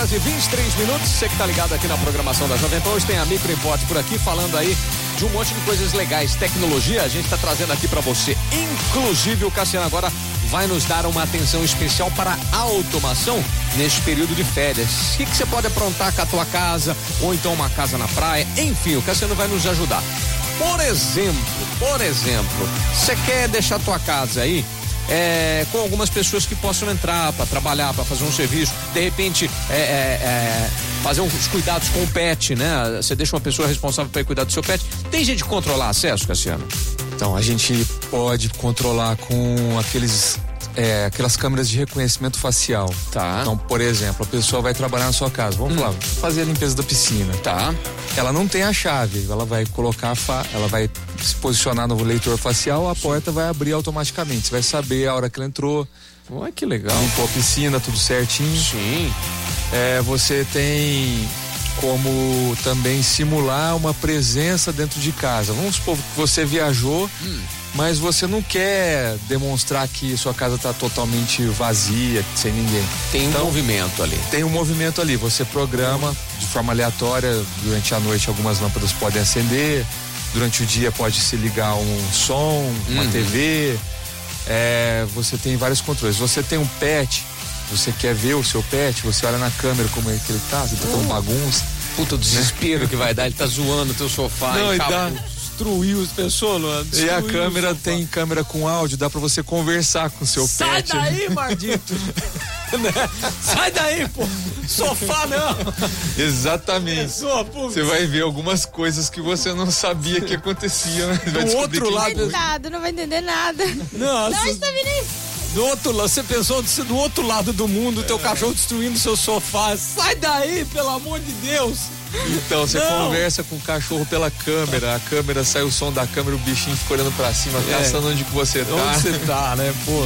6h23. Você que tá ligado aqui na programação da Jovem Pan, hoje tem a Micro Import por aqui falando aí de um monte de coisas legais, tecnologia, a gente tá trazendo aqui pra você. Inclusive o Cassiano agora vai nos dar uma atenção especial para a automação neste período de férias. O que você pode aprontar com a tua casa, ou então uma casa na praia, enfim, o Cassiano vai nos ajudar. Por exemplo, você quer deixar a tua casa aí com algumas pessoas que possam entrar para trabalhar, para fazer um serviço, de repente fazer uns cuidados com o pet, né? Você deixa uma pessoa responsável para cuidar do seu pet. Tem jeito de controlar acesso, Cassiano? Então, a gente pode controlar com aquelas câmeras de reconhecimento facial. Tá. Então, por exemplo, a pessoa vai trabalhar na sua casa, vamos lá, fazer a limpeza da piscina. Tá. Ela não tem a chave, ela vai colocar, ela vai se posicionar no leitor facial, a porta vai abrir automaticamente, você vai saber a hora que ela entrou. Olha que legal. Limpou a piscina, tudo certinho. Sim. Você tem como também simular uma presença dentro de casa. Vamos supor que você viajou, mas você não quer demonstrar que sua casa está totalmente vazia, sem ninguém. Tem um movimento ali. Tem um movimento ali. Você programa de forma aleatória. Durante a noite algumas lâmpadas podem acender. Durante o dia pode se ligar um som, uma TV. Você tem vários controles. Você tem um pet. Você quer ver o seu pet, você olha na câmera como é que ele tá, você tá com bagunça. Puta, o desespero que vai dar, ele tá zoando o teu sofá. Não, e dá... Destruiu as pessoas, Luan. E a câmera tem câmera com áudio, dá pra você conversar com o seu pet. Sai daí, maldito! Sai daí, pô! Sofá não! Exatamente. Você vai ver algumas coisas que você não sabia que aconteciam. Do outro lado. Não vai entender nada. Nossa. Não, está vindo isso. Do outro lado, você pensou de ser do outro lado do mundo, teu cachorro destruindo seu sofá. Sai daí, pelo amor de Deus! Então, você conversa com o cachorro pela câmera, a câmera sai o som da câmera, o bichinho fica olhando pra cima, caçando onde que você tá. Onde você tá, né, pô?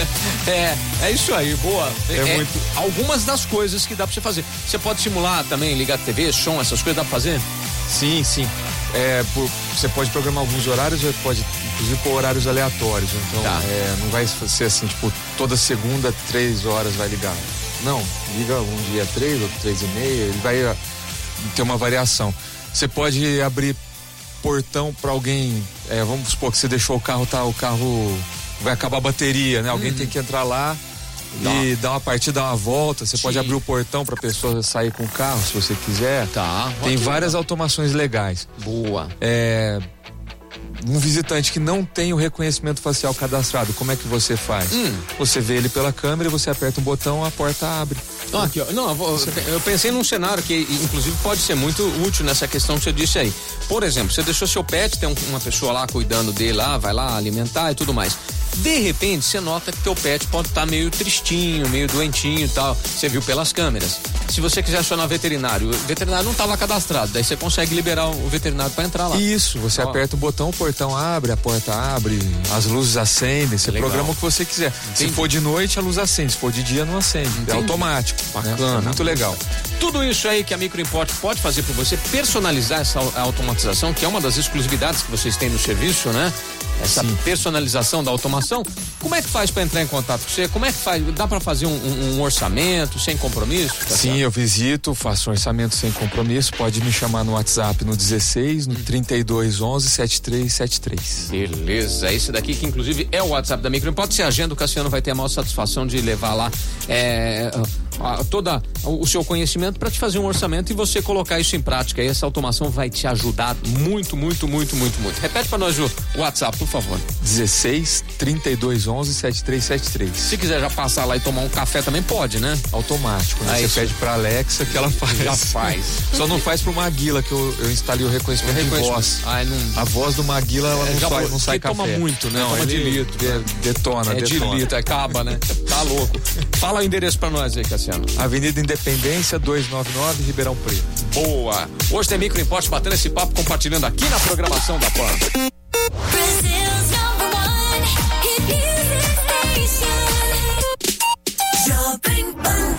É isso aí, boa. Algumas das coisas que dá pra você fazer. Você pode simular também, ligar TV, som, essas coisas, dá pra fazer? Sim. Você pode programar alguns horários, você pode inclusive pôr horários aleatórios. Então, não vai ser assim, tipo, toda segunda, 3 horas vai ligar. Não, liga um dia 3, outro 3:30, ele vai ter uma variação. Você pode abrir portão para alguém, vamos supor que você deixou o carro vai acabar a bateria, né? Alguém tem que entrar lá e dar uma partida, dar uma volta. Você pode abrir o portão pra pessoa sair com o carro, se você quiser. Tá. Tem várias automações legais. Boa. Um visitante que não tem o reconhecimento facial cadastrado, como é que você faz? Você vê ele pela câmera, você aperta um botão, a porta abre. Aqui, ó. Não, eu pensei num cenário que inclusive pode ser muito útil nessa questão que você disse aí. Por exemplo, você deixou seu pet, tem uma pessoa lá cuidando dele lá, vai lá alimentar e tudo mais. De repente, você nota que teu pet pode estar meio tristinho, meio doentinho e tal. Você viu pelas câmeras. Se você quiser acionar o veterinário não estava cadastrado, daí você consegue liberar o veterinário para entrar lá. Isso, você aperta o botão, o portão abre, a porta abre, as luzes acendem, você programa o que você quiser. Entendi. Se for de noite, a luz acende, se for de dia, não acende. Entendi. É automático. Bacana. Né? Muito legal. Tudo isso aí que a Micro Import pode fazer por você, personalizar essa automatização, que é uma das exclusividades que vocês têm no serviço, né? Essa personalização da automação. Como é que faz para entrar em contato com você? Como é que faz? Dá para fazer um orçamento sem compromisso? Sim, eu visito, faço um orçamento sem compromisso. Pode me chamar no WhatsApp no 16, no 3211 7373. Beleza, esse daqui que inclusive é o WhatsApp da Micro Import. Se agenda, o Cassiano vai ter a maior satisfação de levar lá todo o seu conhecimento para te fazer um orçamento e você colocar isso em prática. E essa automação vai te ajudar muito. Repete para nós o WhatsApp, por favor. 16 3211 7373. Se quiser já passar lá e tomar um café também pode, né? Automático, né? Você pede pra Alexa que ela faz. Já faz. Só não faz pro Maguila, que eu instalei o reconhecimento de voz. A voz do Maguila, ela não sai café. Toma muito, né? Não, toma de litro. Detona. De litro, acaba, né? Tá louco. Fala o endereço pra nós aí, Cassiano. Avenida Independência, 299, Ribeirão Preto. Boa. Hoje tem Micro Import batendo esse papo, compartilhando aqui na programação da PAN.